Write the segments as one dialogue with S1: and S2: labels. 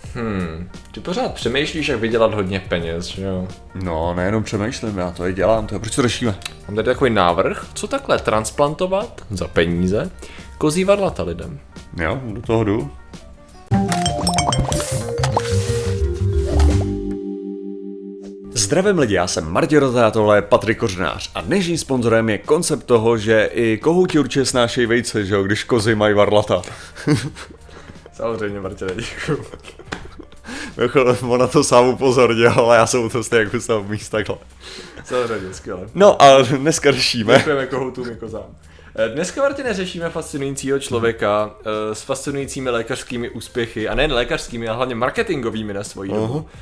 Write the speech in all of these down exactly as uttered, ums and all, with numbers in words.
S1: Hmm, ty pořád přemýšlíš, jak vydělat hodně peněz, že jo?
S2: No, nejenom přemýšlím, já to i dělám, to je, proč to řešíme?
S1: Mám tady takový návrh, co takhle transplantovat za peníze kozí varlata lidem.
S2: Jo, do toho jdu. Zdravím lidi, já jsem Martin Rota, tohle je Patrik Kořenář a dnešním sponzorem je koncept toho, že i kohouti určitě snášejí vejce, že jo, když kozy mají varlata.
S1: Samozřejmě, Martine, děkuju.
S2: On na to sám upozornil, ale já jsem u toho stejně jako sám míst takhle.
S1: Samozřejmě, skvěle.
S2: No a dneska řešíme.
S1: Děkujeme kohoutům i kozám. Dneska, Martine, řešíme fascinujícího člověka uh, s fascinujícími lékařskými úspěchy, a nejen lékařskými, ale hlavně marketingovými na svoji dobu. Uh,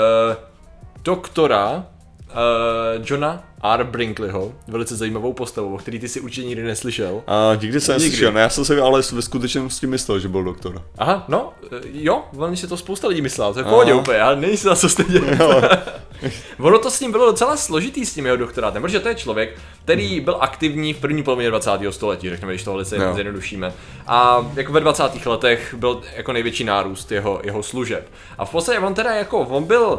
S1: doktora uh, Johna R. Brinkleyho, velice zajímavou postavou, o který ty si určitě nikdy neslyšel.
S2: A nikdy jsem neslyšel, ne, já jsem si ale ve skutečnosti myslel, že byl doktor.
S1: Aha, no, jo, on si to spousta lidí myslel, to je v pohodě úplně, ale nejsi na co jste dělal. Ono to s ním bylo docela složitý s tím jeho doktorátem, protože to je člověk, který byl aktivní v první polovině dvacátého století, řekněme, když to velice no. zjednodušíme. A jako ve dvacátých letech byl jako největší nárůst jeho, jeho služeb. A v podstatě on teda jako, on byl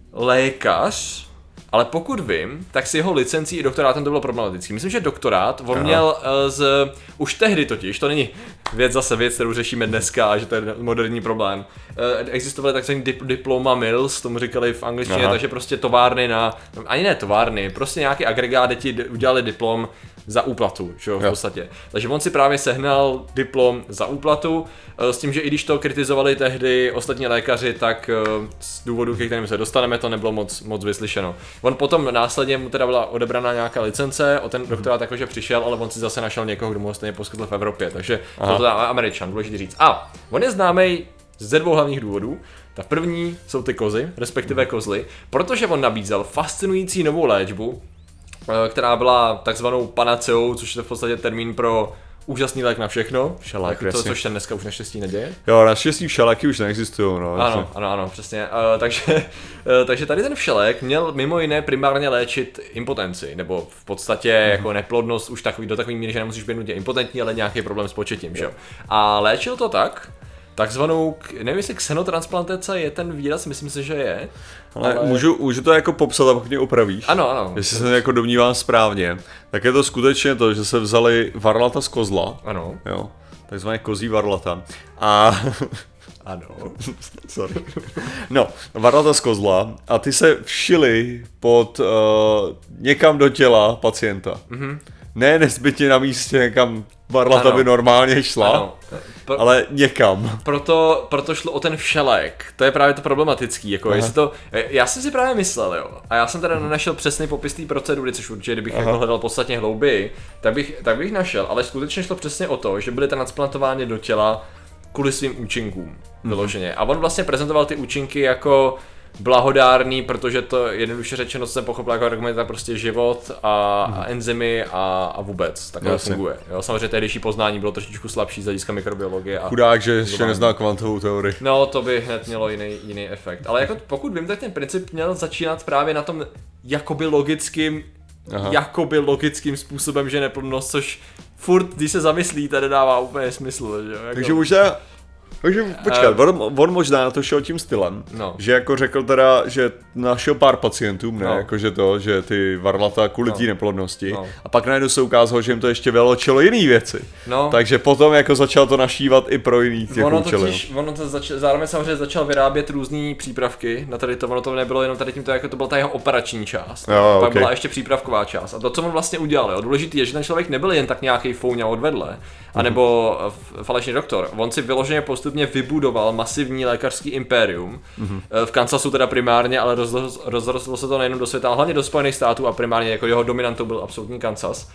S1: lékař, ale pokud vím, tak s jeho licencí i doktorátem to bylo problematický. Myslím, že doktorát on Aha. měl z... Už tehdy totiž, to není věc zase věc, kterou řešíme dneska, a že to je moderní problém. Existovaly takzvaný dip, diploma mills, tomu říkali v angličtině, Aha. takže prostě továrny na... Ani ne továrny, prostě nějaký agregát, kde ti udělali diplom za úplatu, že jo, v podstatě. Takže on si právě sehnal diplom za úplatu, s tím, že i když to kritizovali tehdy ostatní lékaři, tak z důvodu, ke kterým se dostaneme, to nebylo moc, moc vyslyšeno. On potom následně mu teda byla odebraná nějaká licence, o ten doktorát jakože přišel, ale on si zase našel někoho, kdo mu ho stejně poskytl v Evropě, takže Aha. to je Američan, důležitý říct. A on je známý ze dvou hlavních důvodů. Ta první jsou ty kozy, respektive kozly, protože on nabízel fascinující novou léčbu, která byla takzvanou panaceou, což je v podstatě termín pro úžasný lék na všechno,
S2: všelek,
S1: to, což se dneska už naštěstí neděje.
S2: Jo, naštěstí všeléky už neexistují, no.
S1: Ano, ano, ano, přesně. Uh, takže, uh, takže tady ten všelék měl mimo jiné primárně léčit impotenci, nebo v podstatě mm-hmm. jako neplodnost už takový, do takový míry, že nemusíš být nutně impotentní, ale nějaký problém s početím, že? A léčil to tak, takzvanou, nevím jestli xenotransplantace je ten výraz, myslím si, že je.
S2: Ale, ale... Můžu, můžu to jako popsat a pokud mě opravíš?
S1: Ano, ano.
S2: Jestli se jako domnívám správně, tak je to skutečně to, že se vzali varlata z kozla.
S1: Ano.
S2: Jo, takzvané kozí varlata. A...
S1: Ano.
S2: Sorry. No, varlata z kozla a ty se všily pod uh, někam do těla pacienta. Mhm. Ne nezbytně na místě, někam varlata by normálně šla, ano. Pro, ale někam.
S1: Proto, proto šlo o ten všelék, to je právě to problematický, jako jestli to, já jsem si právě myslel, jo, a já jsem teda nenašel přesný popis té procedury, což určitě, kdybych jako hledal podstatně hlouběji, tak bych, tak bych našel, ale skutečně šlo přesně o to, že byly transplantovány do těla kvůli svým účinkům, vyloženě. A on vlastně prezentoval ty účinky jako blahodárný, protože to jednoduše řečeno, co jsem pochopil jako argument, tak prostě život a, a enzymy a, a vůbec takhle Jasně. funguje. Jo, samozřejmě tehdejší poznání bylo trošičku slabší z hlediska mikrobiologie. A
S2: chudák, že ještě nezná kvantovou teorii.
S1: No, to by hned mělo jiný, jiný efekt. Ale jako pokud vím, tak ten princip měl začínat právě na tom jakoby logickým, Aha. jakoby logickým způsobem, že neplodnost, což furt, když se zamyslíte, nedává úplně smysl. Že? Jako...
S2: Takže možná Takže počkat, uh, on, on možná to šel tím stylem, no. že jako řekl teda, že našel pár pacientům, ne, no. jakože to, že ty varlata kvůli no. té neplodnosti no. a pak najednou se ukázalo, že jim to ještě vyločilo jiný věci. No. Takže potom jako začal to našívat i pro jiný těch
S1: ono
S2: účely.
S1: Totiž, ono to zač- zároveň samozřejmě začal vyrábět různý přípravky, na tady to, ono to nebylo jenom tady tímto, jako to byla ta jeho operační část,
S2: jo,
S1: pak
S2: okay.
S1: byla ještě přípravková část. A to, co on vlastně udělal, jo, důležitý je, že ten člověk nebyl jen tak nějaký fouňa odvedle, anebo mm-hmm. falešný doktor, on si vyloženě postupně vybudoval masivní lékařský impérium, mm-hmm. v Kansasu teda primárně, ale rozrostlo se to nejenom do světa, ale hlavně do Spojených států a primárně jako jeho dominantou byl absolutní Kansas.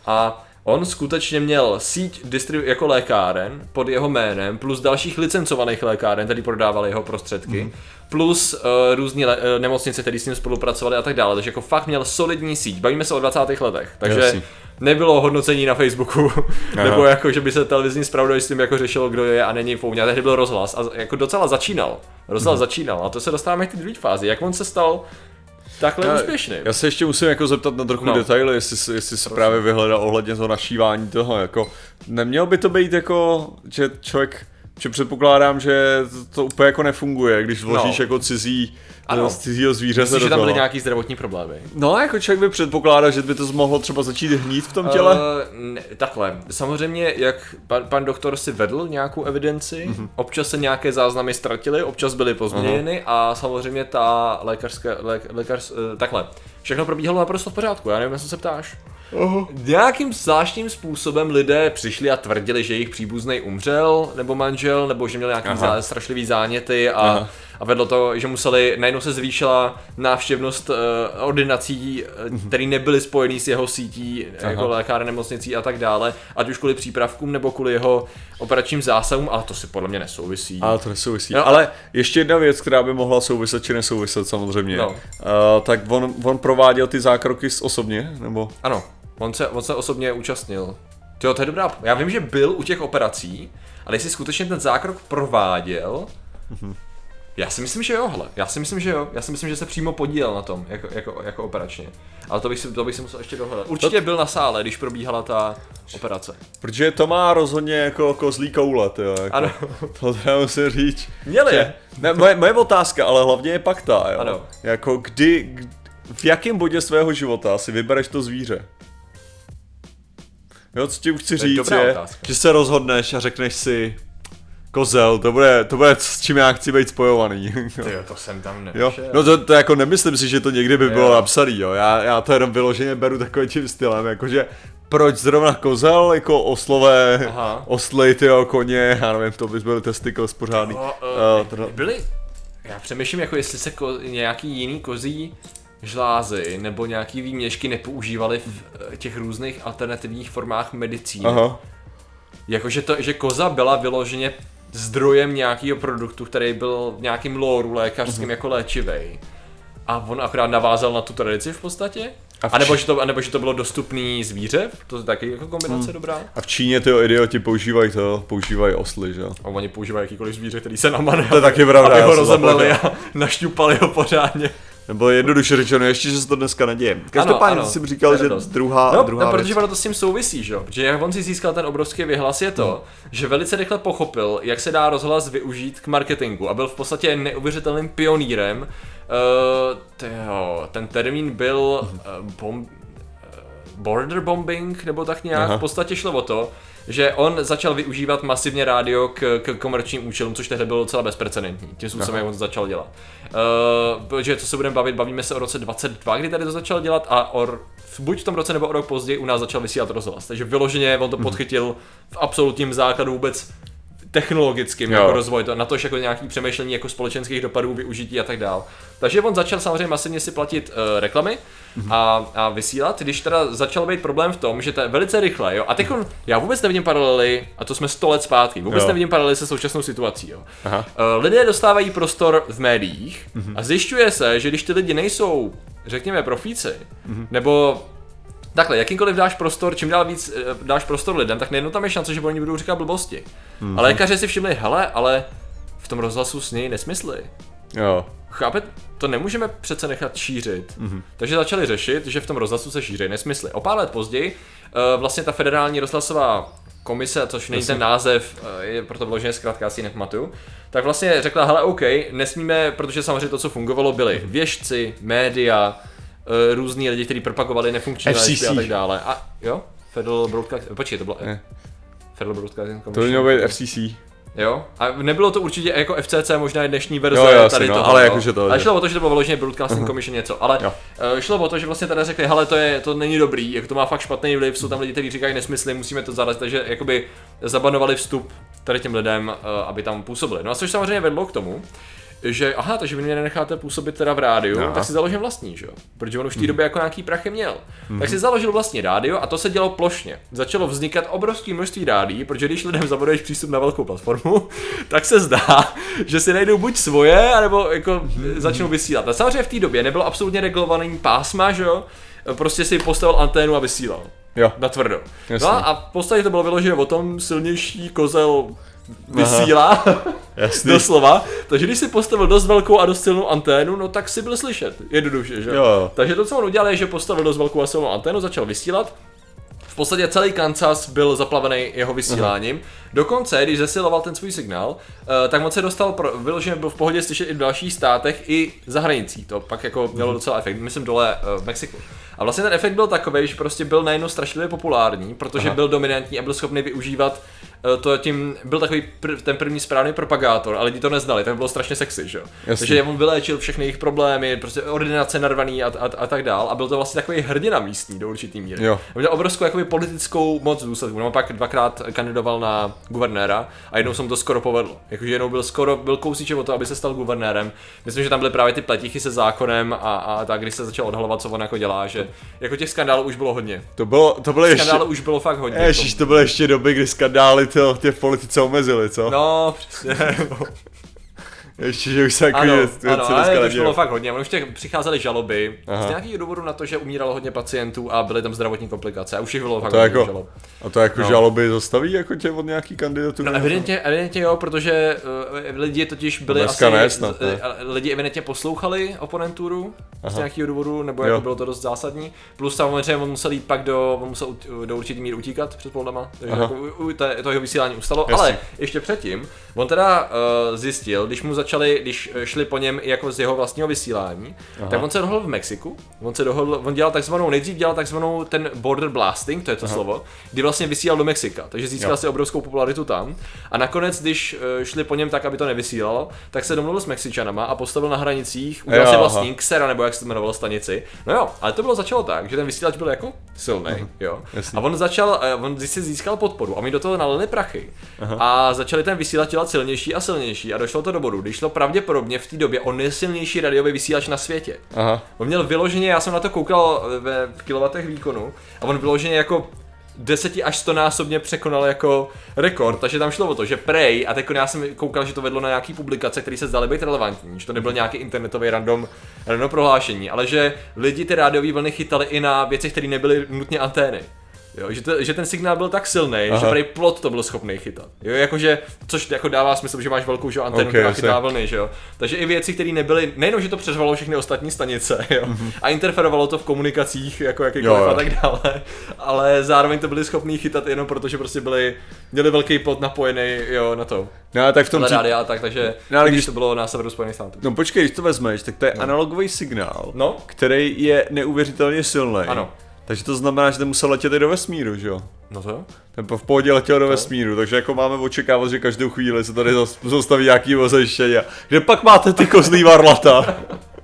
S1: A on skutečně měl síť distribu- jako lékáren pod jeho jménem, plus dalších licencovaných lékáren, který prodávali jeho prostředky, mm. plus uh, různé le- nemocnice, které s ním spolupracovali a tak dále. Takže jako fakt měl solidní síť. Bavíme se o dvacátých letech. Takže Jasný. nebylo hodnocení na Facebooku, nebo jako, že by se televizní zpravodajstvím jako řešilo, kdo je a není fouňa. Tehdy byl rozhlas a jako docela začínal. Rozhlas mm. začínal a to se dostáváme k té druhé fázi. Jak on se stal takhle já, úspěšný.
S2: Já se ještě musím jako zeptat na trochu no. detaily, jestli, jestli se právě vyhledal ohledně toho našívání toho, jako nemělo by to být jako, že člověk Že předpokládám, že to úplně jako nefunguje, když vložíš no. jako cizí,
S1: ano.
S2: z cizího zvíře.
S1: Myslíš, že tam byly nějaký zdravotní problémy?
S2: No, jako člověk by předpokládal, že by to mohlo třeba začít hnít v tom těle? Uh,
S1: ne, takhle, samozřejmě, jak pan, pan doktor si vedl nějakou evidenci, mm-hmm. občas se nějaké záznamy ztratily, občas byly pozměněny uh-huh. a samozřejmě ta lékařská, lé, lékař, takhle, všechno probíhalo naprosto v pořádku, já nevím, jestli se ptáš. Uh-huh. Nějakým zvláštním způsobem lidé přišli a tvrdili, že jejich příbuzný umřel, nebo manžel, nebo že měl nějaký zá, strašlivý záněty a, uh-huh. a vedlo to, že museli, najednou se zvýšila návštěvnost uh, ordinací, uh, které nebyly spojený s jeho sítí, uh-huh. jako lékáren, nemocnicí a tak dále, ať už kvůli přípravkům nebo kvůli jeho operačním zásahům, ale to si podle mě nesouvisí.
S2: Ale to nesouvisí. No, ale ještě jedna věc, která by mohla souviset či nesouviset samozřejmě, no. uh, tak on, on prováděl ty zákroky osobně, nebo?
S1: Ano. On se, on se osobně účastnil. Tyjo, to je dobrá. Já vím, že byl u těch operací, ale jestli skutečně ten zákrok prováděl, mm-hmm. já si myslím, že jo, hele. Já si myslím, že jo. Já si myslím, že se přímo podílel na tom, jako, jako, jako operačně. Ale to bych, si, to bych si musel ještě dohledat. Určitě byl na sále, když probíhala ta operace.
S2: Protože to má rozhodně jako kozlí koule, tyjo. Jako,
S1: ano.
S2: To třeba musím říct.
S1: Měli je.
S2: Ne, moje, moje otázka, ale hlavně je pak ta, jo.
S1: Ano.
S2: Jako kdy, v jakém bodě svého života si vybereš to zvíře? Jo, co ti už chci říct je, je že se rozhodneš a řekneš si kozel, to bude, to bude s čím já chci být spojovaný.
S1: Tyjo, to jsem tam nevyšel.
S2: No to, to jako nemyslím si, že to někdy by bylo napsaný, jo. Já, já to jenom vyloženě beru takovým tím stylem, jakože proč zrovna kozel, jako oslové, Aha. osly, tyjo, koně, já nevím, to by byly testicles pořádný.
S1: No, uh, uh, byly, já přemýšlím, jako jestli se ko, nějaký jiný kozí žlázy nebo nějaký výměšky nepoužívaly v těch různých alternativních formách medicíny. Aha. Jakože to, že koza byla vyloženě zdrojem nějakého produktu, který byl v nějakým lóru lékařským uh-huh. jako léčivej. A on akorát navázal na tu tradici v podstatě. A, a, nebo, že to, a nebo že to bylo dostupný zvíře, to je taky jako kombinace hmm. dobrá.
S2: A v Číně tyho idioti používají to, používají osly, že jo?
S1: A oni používají jakýkoliv zvíře, který se namane,
S2: to je taky pravda,
S1: aby ho rozemleli a našťupali ho pořádně.
S2: Nebo jednoduše řečeno, ještě, že se to dneska neděje. Každopádně jsem říkal, že druhá,
S1: no,
S2: druhá
S1: no,
S2: věc.
S1: protože ono to s tím souvisí, že jo? Protože jak on si získal ten obrovský vyhlas je to, hmm. že velice rychle pochopil, jak se dá rozhlas využít k marketingu a byl v podstatě neuvěřitelným pionýrem. Uh, tyjo, ten termín byl uh, bomb, uh, border bombing, nebo tak nějak. Aha. V podstatě šlo o to, že on začal využívat masivně rádio k, k komerčním účelům, což tehdy bylo docela bezprecedentní, tím způsobem, jak on to začal dělat. Uh, protože co se budeme bavit, bavíme se o roce dvacet dva, kdy tady to začal dělat a or, buď v tom roce nebo o rok později u nás začal vysílat rozhlas. Takže vyloženě on to podchytil v absolutním základu vůbec technologickým jako rozvoj, to, na to jako nějaký přemýšlení jako společenských dopadů, využití a tak dál. Takže on začal samozřejmě masivně si platit uh, reklamy mm-hmm. a, a vysílat, když teda začal být problém v tom, že to je velice rychle, jo. A teď já vůbec nevidím paralely, a to jsme sto let zpátky, vůbec jo. nevidím paralely se současnou situací, jo. Aha. Uh, lidé dostávají prostor v médiích mm-hmm. a zjišťuje se, že když ty lidi nejsou, řekněme, profíci, mm-hmm. nebo takhle, jakýkoliv dáš prostor, čím dál víc dáš prostor lidem, tak nejednou tam je šance, že oni budou říkat blbosti. Mm-hmm. A lékaři si všimli, hele, ale v tom rozhlasu snějí nesmysly.
S2: Jo.
S1: Chápe? To nemůžeme přece nechat šířit. Mm-hmm. Takže začali řešit, že v tom rozhlasu se šíří nesmysly. O pár let později vlastně ta federální rozhlasová komise, což není ten název, je proto vloženě zkrátka, asi nepamatuju, tak vlastně řekla, hele, OK, nesmíme, protože samozřejmě to, co fungovalo, byly věštci, média, různí lidi, kteří propagovali nefunkční léčby a tak dále. A jo? Federal Broadcasting, počkej, to bylo ne. Federal Broadcasting Commission.
S2: To mělo být F C C.
S1: Jo? A nebylo to určitě jako F C C, možná je dnešní verze
S2: jo, jo,
S1: tady
S2: no,
S1: toho.
S2: Ale jakože to.
S1: Ale šlo o to, že to bylo vyloženě Broadcasting uh-huh. Commission něco, ale jo. šlo o to, že vlastně tady řekli, hele, to je to není dobrý, jako to má fakt špatný vliv, jsou tam lidi, kteří říkají nesmysly, musíme to zarazit, takže jakoby zabanovali vstup tady těm lidem, aby tam působili. No a což samozřejmě vedlo k tomu, že aha, takže vy mě nenecháte působit teda v rádiu, aha. tak si založím vlastní, že jo? Protože on už v té mm. době jako nějaký prachy měl. Mm. Tak si založil vlastní rádio a to se dělo plošně. Začalo vznikat obrovské množství rádií, protože když lidem zabuduješ přístup na velkou platformu, tak se zdá, že si najdou buď svoje, anebo jako mm. začnou vysílat. A samozřejmě v té době nebylo absolutně regulovaný pásma, že jo? Prostě si postavil anténu a vysílal.
S2: Jo.
S1: Na tvrdo. No a v podstatě to bylo vyložené o tom, silnější kozel vysílá, doslova, takže když si postavil dost velkou a dost silnou anténu, no tak si byl slyšet, jednoduše, že?
S2: Jo.
S1: Takže to, co on udělal, je, že postavil dost velkou a silnou anténu, začal vysílat, v podstatě celý Kansas byl zaplavený jeho vysíláním. Aha. Dokonce, když zesiloval ten svůj signál, uh, tak moc se dostal, pro, vyloženě byl v pohodě slyšet i v dalších státech, i za hranicí. To pak jako mělo docela efekt, myslím dole uh, v Mexiku. A vlastně ten efekt byl takový, že prostě byl najednou strašlivě populární, protože Aha. byl dominantní a byl schopný využívat uh, to tím, byl takový pr- ten první správný propagátor, ale lidi to neznali, tak bylo strašně sexy, že jo. Takže on vyléčil všechny jejich problémy, prostě ordinace narvaný a, a, a tak dál a byl to vlastně takový hrdina místní do určitý míry. Jo. Měl obrovskou jakoby politickou moc v důsledku, no pak dvakrát kandidoval na guvernéra a jednou se mu to skoro povedlo. Jakože jednou byl skoro, byl kousíček o to, aby se stal guvernérem. Myslím, že tam byly právě ty pletichy se zákonem a, a tak, když se začal odhalovat, co on jako dělá, že jako těch skandálů už bylo hodně.
S2: To bylo, to bylo ještě...
S1: Skandálů už bylo fakt hodně.
S2: Ježiš, to byly ještě doby, kdy skandály to, tě v politice omezily, co?
S1: No, přesně.
S2: Ještě, že už se jako
S1: ano,
S2: je,
S1: ano, ale to už bylo fakt hodně, už těch přicházely žaloby Aha. z nějakých důvodů na to, že umíralo hodně pacientů a byly tam zdravotní komplikace a už jich bylo fakt hodně
S2: jako,
S1: žalob.
S2: A to jako no. žaloby zastaví jako tě od nějaký kandidatury?
S1: No evidentně, evidentně jo, protože uh, lidi totiž byli
S2: no
S1: asi,
S2: ne, snad,
S1: uh, lidi evidentně poslouchali oponenturu Aha. z nějakého důvodu, nebo jako bylo to dost zásadní, plus samozřejmě on musel jít pak do, on musel do určitý míry utíkat před poldama, takže jako, u, to, to jeho vysílání ustalo, Jasně. ale ještě předtím, on teda uh, zjistil, když mu začali, když šli po něm jako z jeho vlastního vysílání, Aha. tak on se dohodl v Mexiku, on se dohodl, on dělal takzvanou, nejdřív dělal takzvanou ten border blasting, to je to Aha. slovo, kdy vlastně vysílal do Mexika, takže získal jo. si obrovskou popularitu tam a nakonec, když šli po něm tak, aby to nevysílalo, tak se domluvil s Mexičanama a postavil na hranicích, udělal si vlastní Xera, nebo jak se to jmenovalo stanici, no jo, ale to bylo začalo tak, že ten vysílač byl jako silný, Aha. jo, Jasně. a on začal, on si získal podporu a my do toho nalili prachy Aha. a začali ten vysílač dělat silnější a silnější a došlo to do bodu, když šlo pravděpodobně v té době o nejsilnější radiový vysílač na světě. Aha. On měl vyloženě, já jsem na to koukal ve, v kilovatech výkonu a on vyloženě jako deset až sto násobně překonal jako rekord, takže tam šlo o to, že prej, a teď já jsem koukal, že to vedlo na nějaký publikace, které se zdaly být relevantní, že to nebyl nějaký internetový random, random prohlášení, ale že lidi ty rádiové vlny chytali i na věcech, které nebyly nutně antény. Jo, že, to, že ten signál byl tak silný, že prej plot to byl schopný chytat. Jo, jakože, což jako dává smysl, že máš velkou že, antenu, okay, která chytá vlny, že jo. Takže i věci, které nebyly, nejenom, že to přeřvalo všechny ostatní stanice, jo, mm-hmm. a interferovalo to v komunikacích, jako jakýkoliv a tak dále, ale zároveň to byli schopní chytat jenom proto, že prostě byli, měli velký plot napojený, jo, na to.
S2: No, tak v tom
S1: rádi, a tak, takže no,
S2: ale
S1: když, když to bylo na severu Spojených států.
S2: No počkej, když to vezmeš, tak to je no. analogový signál, no? který je neuvěřitelně silný. Ano. Takže to znamená, že ten musel letět i do vesmíru, že jo?
S1: No to jo.
S2: Ten v pohodě letěl do vesmíru, takže jako máme očekávat, že každou chvíli se tady zastaví nějaký zajištění. Kde pak máte ty kozlí varlata?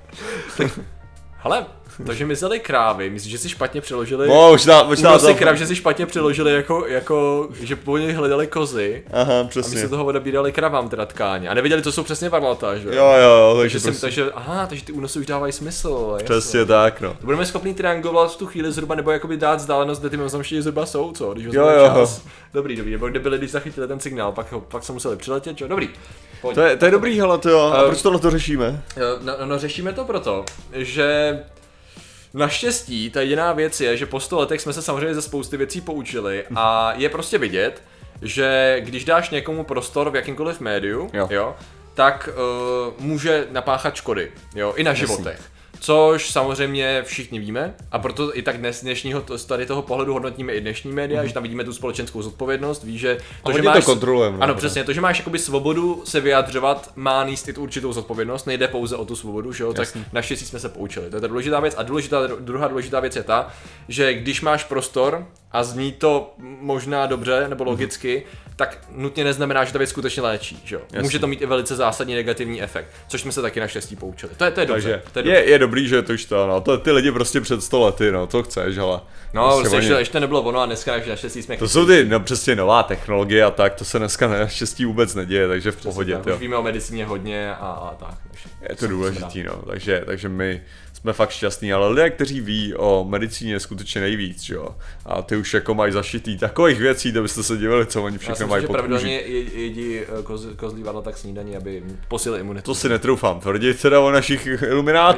S1: Hele, takže mizely krávy, myslíš, že si špatně přeložili?
S2: No, možná, možná
S1: to. krav, že si špatně přeložili jako, jako že původně hledali kozy.
S2: Aha, přesně.
S1: A my se toho odebírali kravám teda tkáně. A nevěděli, co jsou přesně varlata, že?
S2: Jo, jo, takže,
S1: takže, jsem, takže aha, takže ty únosy už dávají smysl.
S2: Přesně jasně. tak, no.
S1: To budeme schopni triangulovat v tu chvíli zhruba, nebo jakoby dát vzdálenost, kde ty mimozemštění zhruba jsou, co? Když
S2: jo, jo.
S1: Čas. Dobrý, dobrý, nebo kde byli, když zachytili ten signál, pak, pak se museli přiletět, čo? Dobrý.
S2: To je, to je dobrý, hele, to jo. A uh, proč tohle to řešíme?
S1: No, no, řešíme to proto, že naštěstí ta jediná věc je, že po sto letech jsme se samozřejmě ze spousty věcí poučili a je prostě vidět, že když dáš někomu prostor v jakýmkoliv médiu, jo. Jo, tak uh, může napáchat škody, jo, i na životech. Jasný. Což samozřejmě všichni víme a proto i tak dnes dnešního z tady toho pohledu hodnotíme i dnešní média, mm. že tam vidíme tu společenskou zodpovědnost, víš, že to, že máš,
S2: to kontrolujeme.
S1: Ano, přesně, to, že máš jakoby svobodu se vyjadřovat, má nést i tu určitou zodpovědnost, nejde pouze o tu svobodu, že jo, tak naštěstí jsme se poučili. To je ta důležitá věc a důležitá, druhá důležitá věc je ta, že když máš prostor a zní to možná dobře nebo logicky, mm. tak nutně neznamená, že ta věc skutečně léčí, že jo. Může to mít i velice zásadní negativní efekt, což jsme se taky naštěstí poučili. To je, to je dobře.
S2: Takže
S1: to je,
S2: je, je dobrý, že to už to, no, to ty lidi prostě před sto lety, no, to chceš, ale.
S1: No, prostě, prostě ještě, ještě nebylo ono a dneska naštěstí jsme.
S2: To jsou ty, no, přesně nová technologie a tak, to se dneska naštěstí vůbec neděje, takže v pohodě.
S1: Už víme o medicíně hodně a, a tak.
S2: Je to důležitý, no, takže, takže my jsme fakt šťastní, ale lidé, kteří ví o medicíně skutečně nejvíc, jo. A ty už jako mají zašitý takových věcí, to byste se divili, co oni všechno mají pod kůží.
S1: Pravidelně jedí koz, kozlí varlata k snídani, aby posílili imunitu.
S2: To si netroufám tvrdit teda o našich iluminátech.
S1: Nám to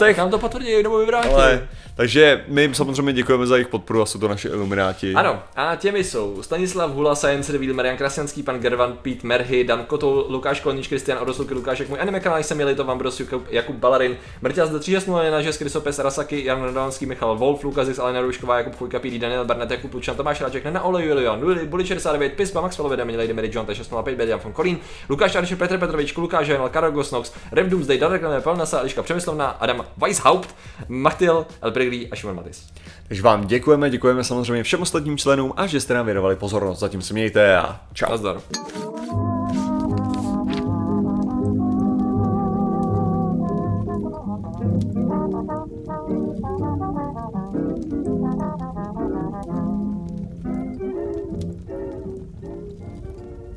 S1: potvrdí, nebo vyvrátí.
S2: Ale, takže my jim samozřejmě děkujeme za jejich podporu a jsou to naši ilumináti.
S1: Ano, a těmi jsou Stanislav Hula, Science Reveal, Marian Krasňanský, pan Gervan, Pete Merhy, Dan Kotou, Lukáš Kolnič, Kristian Orosluky, Lukášek, můj anime kanál jsem Jelito, Vambros, Jakub Balarin, Mrťas do tři šest nula, Nažes, Krysopes, Rasaki, Jan Radovanský, Michal Wolf, Lukazix, Alena Rušková, Jakub Chujka, P D, Daniel Barnett, Jakub Lučan, Tomáš Ráček, Nena Olej, Julian, Luli, Buli šedesát devět, Pispa, Max Velově, Demi, Lady Mary John, šest nula pět, Bedian von Korín, Lukáš Arše, Petr Petrovič, Lukáš Janel, Karol Gosnox, Rev Doomsday, Darek Lené, Pelnasa, Eliška Přemyslovna, Adam Weishaupt, Machtil, El Priglí a Šimon Matis.
S2: Takže vám děkujeme, děkujeme samozřejmě všem ostatním členům a že jste nám věnovali pozornost. Zatím se mějte a čau.
S1: Nazdar.